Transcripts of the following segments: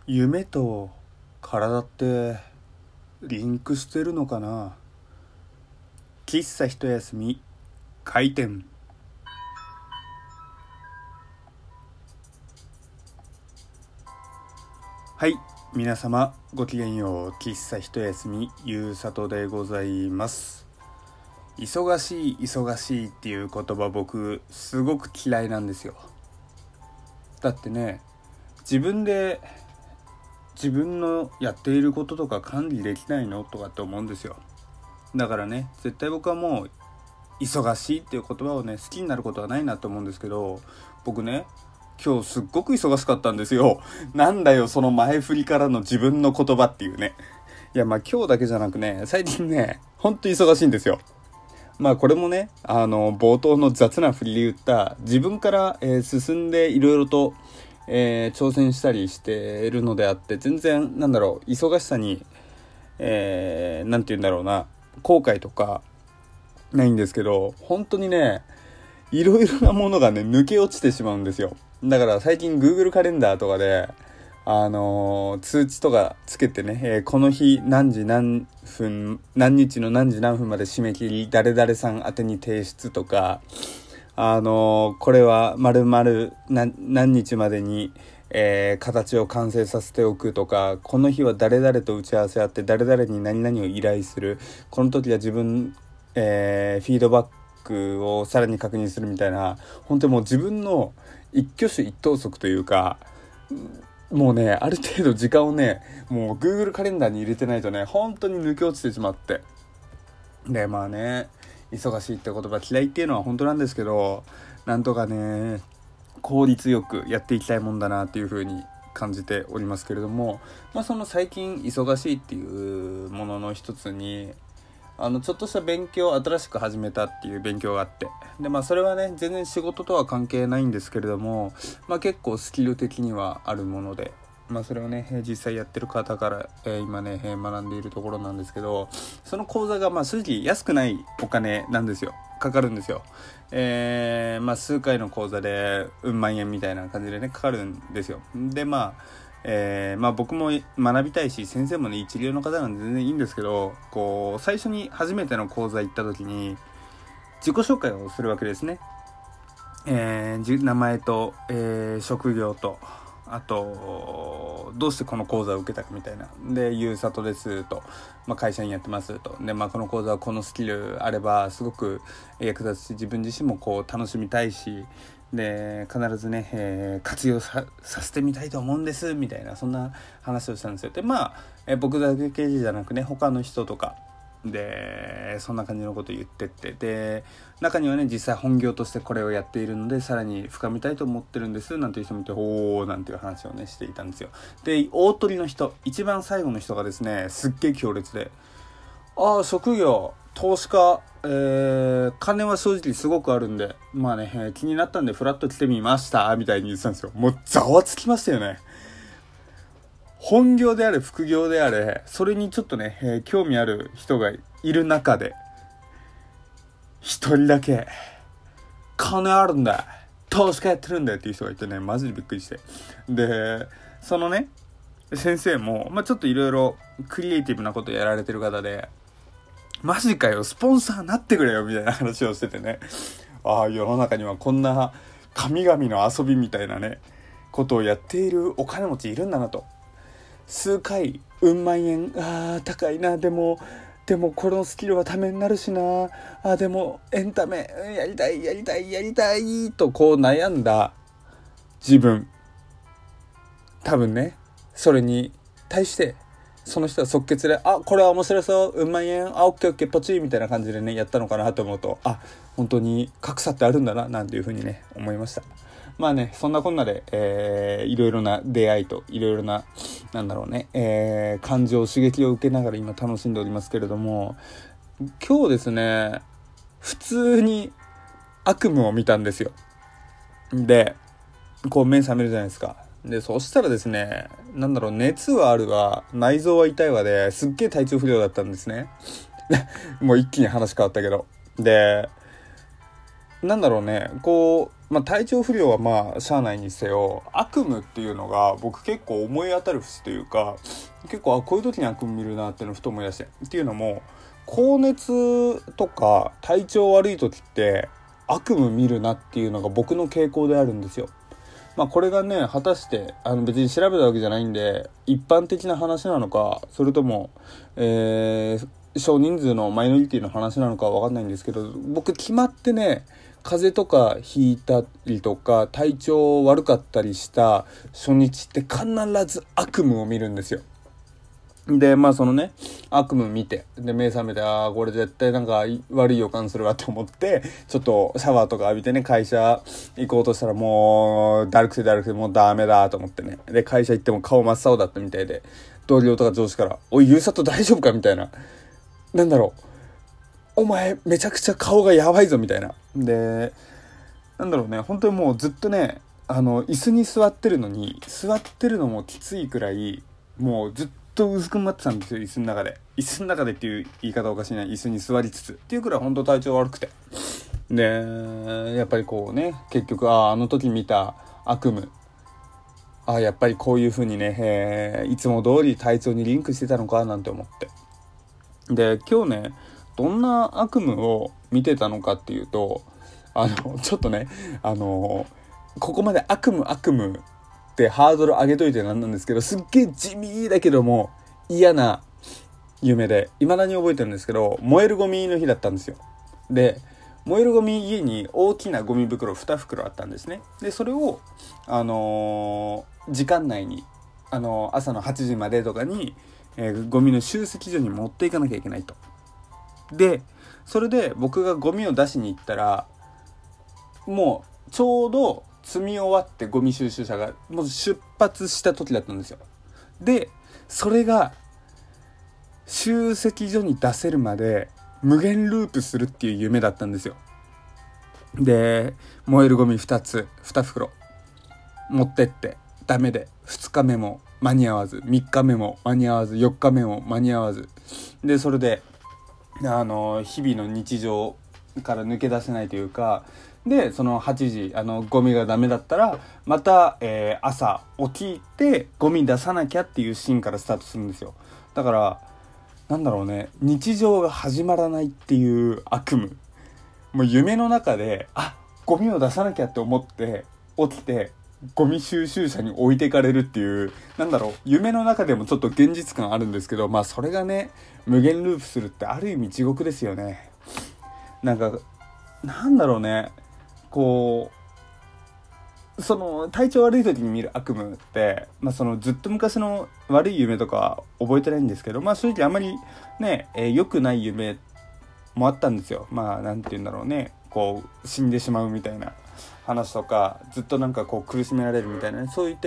夢と体ってリンクしてるのかな。喫茶一休み開店。はい、皆様ごきげんよう。喫茶一休みゆうさとでございます。忙しいっていう言葉、僕すごく嫌いなんですよ。だってね、自分で自分のやっていることとか管理できないのとかって思うんですよ。だからね、絶対僕はもう忙しいっていう言葉をね、好きになることはないなと思うんですけど、僕ね、今日すっごく忙しかったんですよ。なんだよその前振りからの自分の言葉っていうね。いや、今日だけじゃなくね、最近ね、ほんと忙しいんですよ。これもね、冒頭の雑な振りで言った自分から、進んでいろいろと、挑戦したりしているのであって、全然忙しさに、なんて言うんだろうな、後悔とかないんですけど、本当にね、いろいろなものがね抜け落ちてしまうんですよ。だから最近 Google カレンダーとかで通知とかつけてね、この日何時何分何日の何時何分まで締め切り、誰々さん宛てに提出とか、これは〇〇何日までに、形を完成させておくとか、この日は誰々と打ち合わせあって誰々に何々を依頼する、この時は自分、フィードバックをさらに確認するみたいな、本当にもう自分の一挙手一投足というか、もうね、ある程度時間をね、もう Google カレンダーに入れてないとね、本当に抜け落ちてしまって。で、忙しいって言葉嫌いっていうのは本当なんですけど、なんとかね、効率よくやっていきたいもんだなっていう風に感じておりますけれども、その最近忙しいっていうものの一つに、ちょっとした勉強を新しく始めたっていう勉強があって、でそれはね、全然仕事とは関係ないんですけれども、結構スキル的にはあるもので、それをね実際やってる方から、今ね学んでいるところなんですけど、その講座が正直安くないお金なんですよ。かかるんですよ。数回の講座でうん万円みたいな感じでねかかるんですよ。で僕も学びたいし、先生もね一流の方なんで全然いいんですけど、最初に初めての講座行った時に自己紹介をするわけですね。名前と、職業と、あとどうしてこの講座を受けたかみたいなで、ゆうさとですと、会社員やってますと、でこの講座はこのスキルあればすごく役立つし、自分自身も楽しみたいし、で必ずね、活用させてみたいと思うんですみたいな、そんな話をしたんですよ。で僕だけじゃなくね、他の人とかでそんな感じのことを言ってって、で中にはね、実際本業としてこれをやっているのでさらに深めたいと思ってるんですなんていう人もいて、おーなんていう話をねしていたんですよ。で大鳥の人、一番最後の人がですね、すっげえ強烈で、職業投資家、金は正直すごくあるんで気になったんでフラッと来てみましたみたいに言ってたんですよ。もうざわつきましたよね。本業であれ副業であれ、それにちょっとね、興味ある人がいる中で一人だけ金あるんだ、投資家やってるんだよっていう人がいてね、マジでびっくりして、でそのね先生もちょっといろいろクリエイティブなことやられてる方で、マジかよスポンサーなってくれよみたいな話をしててね、世の中にはこんな神々の遊びみたいなねことをやっているお金持ちいるんだなと。数回うん万円、高いな、でもこのスキルはためになるしな、でもエンタメやりたいと悩んだ自分、多分ねそれに対してその人は即決でこれは面白そう、うん万円、オッケーポチみたいな感じでねやったのかなと思うと、本当に格差ってあるんだななんていう風にね思いました。そんなこんなで、いろいろな出会いといろいろな感情刺激を受けながら今楽しんでおりますけれども、今日ですね普通に悪夢を見たんですよ。で目覚めるじゃないですか。でそしたらですね、熱はあるわ、内臓は痛いわですっげえ体調不良だったんですねもう一気に話変わったけど、でなんだろうね、こう、体調不良はしゃあないにせよ、悪夢っていうのが僕結構思い当たる節というか、結構こういう時に悪夢見るなっていうのをふと思い出して、っていうのも高熱とか体調悪い時って悪夢見るなっていうのが僕の傾向であるんですよ。これがね、果たして別に調べたわけじゃないんで一般的な話なのか、それとも、少人数のマイノリティの話なのかは分かんないんですけど、僕決まってね、風邪とかひいたりとか体調悪かったりした初日って必ず悪夢を見るんですよ。でそのね、悪夢見て、で目覚めて、これ絶対なんか悪い予感するわと思って、ちょっとシャワーとか浴びてね、会社行こうとしたらもうだるくてもうダメだと思ってね、で会社行っても顔真っ青だったみたいで、同僚とか上司から「おいゆうさと大丈夫か?」みたいな、なんだろう、お前めちゃくちゃ顔がやばいぞみたいな。でなんだろうね、本当にもうずっとね、椅子に座ってるのに、座ってるのもきついくらいもうずっとうずくまってたんですよ。椅子の中でっていう言い方おかしいな、椅子に座りつつっていうくらい本当体調悪くて、でやっぱりこうね、結局あの時見た悪夢、やっぱりこういう風にね、いつも通り体調にリンクしてたのかなんて思って、で今日ね、どんな悪夢を見てたのかっていうと、ちょっとね、ここまで悪夢ってハードル上げといてなんなんですけど、すっげえ地味だけども嫌な夢で、未だに覚えてるんですけど、燃えるゴミの日だったんですよ。で燃えるゴミ、家に大きなゴミ袋2袋あったんですね。でそれを時間内に朝の8時までとかに、ゴミの集積所に持っていかなきゃいけないと。でそれで僕がゴミを出しに行ったら、もうちょうど積み終わってゴミ収集車がもう出発した時だったんですよ。でそれが集積所に出せるまで無限ループするっていう夢だったんですよ。で燃えるゴミ2袋持ってってダメで、2日目も間に合わず、3日目も間に合わず、4日目も間に合わずで、それで日々の日常から抜け出せないというか、でその8時ゴミがダメだったらまた、朝起きてゴミ出さなきゃっていうシーンからスタートするんですよ。だからなんだろうね、日常が始まらないっていう悪夢、もう夢の中でゴミを出さなきゃって思って起きてゴミ収集車に置いてかれるっていう、なんだろう、夢の中でもちょっと現実感あるんですけど、それがね、無限ループするってある意味地獄ですよね。なんだろうね、こうその体調悪い時に見る悪夢って、そのずっと昔の悪い夢とか覚えてないんですけど、正直あんまりね、良くない夢もあったんですよ。なんて言うんだろうね、こう死んでしまうみたいな話とか、ずっとなんかこう苦しめられるみたいなね、そういった、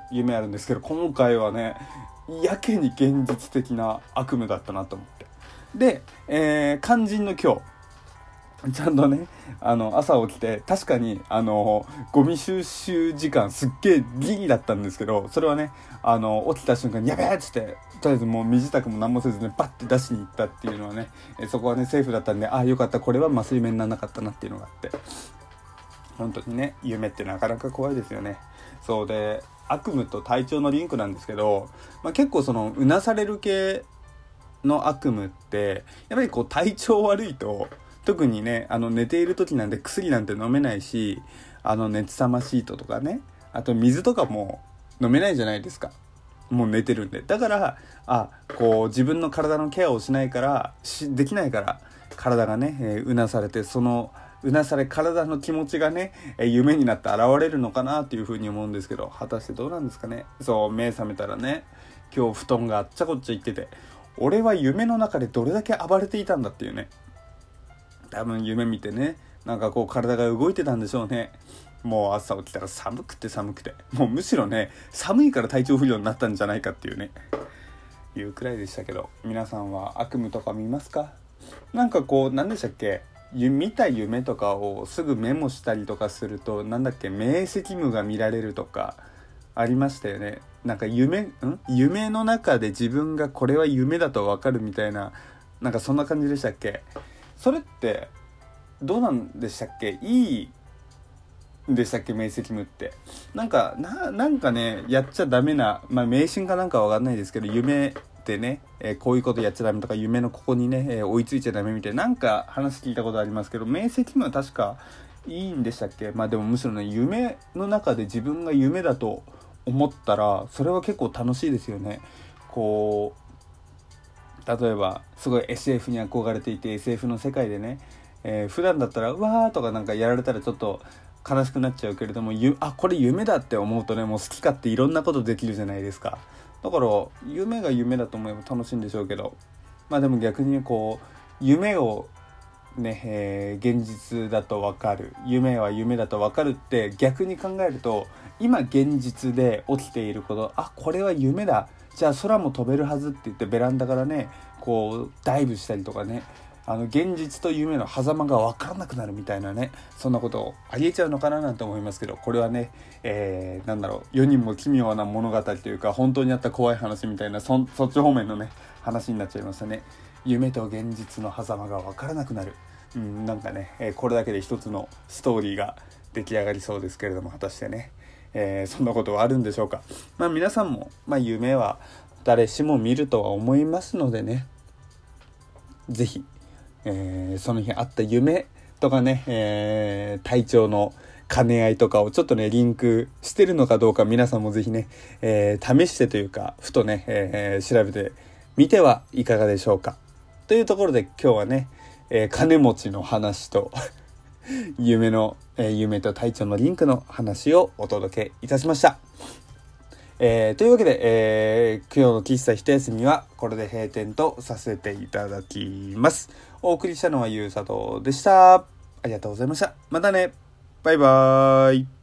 夢あるんですけど、今回はね、やけに現実的な悪夢だったなと思って、で、肝心の今日ちゃんとね、朝起きて、確かにゴミ収集時間すっげえギリだったんですけど、それはね、起きた瞬間にやべえっつって、とりあえずもう身支度も何もせずね、バッて出しに行ったっていうのはね、そこはねセーフだったんで、よかった、これは麻酔目にならなかったなっていうのがあって、本当にね、夢ってなかなか怖いですよね。そうで、悪夢と体調のリンクなんですけど、結構そのうなされる系の悪夢ってやっぱりこう体調悪いと、特にね、寝ている時なんで薬なんて飲めないし、熱さまシートとかね、あと水とかも飲めないじゃないですか、もう寝てるんで。だからこう自分の体のケアをしないからできないから、体がね、うなされて、そのうなされ体の気持ちがね、夢になって現れるのかなっていうふうに思うんですけど、果たしてどうなんですかね。そう目覚めたらね、今日布団があっちゃこっちゃ行ってて、俺は夢の中でどれだけ暴れていたんだっていうね。多分夢見てね、なんかこう体が動いてたんでしょうね。もう朝起きたら寒くて、もうむしろね、寒いから体調不良になったんじゃないかっていうね、いうくらいでしたけど、皆さんは悪夢とか見ますか？なんかこう、何でしたっけ、見た夢とかをすぐメモしたりとかすると、なんだっけ、明晰夢が見られるとかありましたよね。なんか夢の中で自分がこれは夢だと分かるみたいな、なんかそんな感じでしたっけ。それってどうなんでしたっけ、いいんでしたっけ、明晰夢って。なんかね、やっちゃダメな、迷信かなんかわかんないですけど、夢ってね、こういうことやっちゃダメとか、夢のここにね、追いついちゃダメみたいな、なんか話聞いたことありますけど、明晰夢は確かいいんでしたっけ。でもむしろね、夢の中で自分が夢だと思ったら、それは結構楽しいですよね。こう例えばすごい SF に憧れていて SF の世界でね、普段だったらうわーとかなんかやられたらちょっと悲しくなっちゃうけれども、これ夢だって思うとね、もう好き勝手いろんなことできるじゃないですか。だから夢が夢だと思えば楽しいんでしょうけど、でも逆にこう夢をね、現実だと分かる、夢は夢だと分かるって逆に考えると、今現実で起きていること、これは夢だ、じゃあ空も飛べるはずって言ってベランダからねこうダイブしたりとかね、現実と夢の狭間が分からなくなるみたいなね、そんなことありえちゃうのかななんて思いますけど、これはね、世にも奇妙な物語というか、本当にあった怖い話みたいな、そっち方面のね話になっちゃいましたね。夢と現実の狭間が分からなくなる、なんかね、これだけで一つのストーリーが出来上がりそうですけれども、果たしてね、そんなことはあるんでしょうか。皆さんも、夢は誰しも見るとは思いますのでね、ぜひ、その日あった夢とかね、体調の兼ね合いとかをちょっとねリンクしてるのかどうか、皆さんもぜひね、試してというかふとね、調べてみてはいかがでしょうか。というところで今日はね、金持ちの話と夢と体調のリンクの話をお届けいたしました。というわけで、今日の喫茶一休みはこれで閉店とさせていただきます。お送りしたのはゆうさとでした。ありがとうございました。またね。バイバーイ。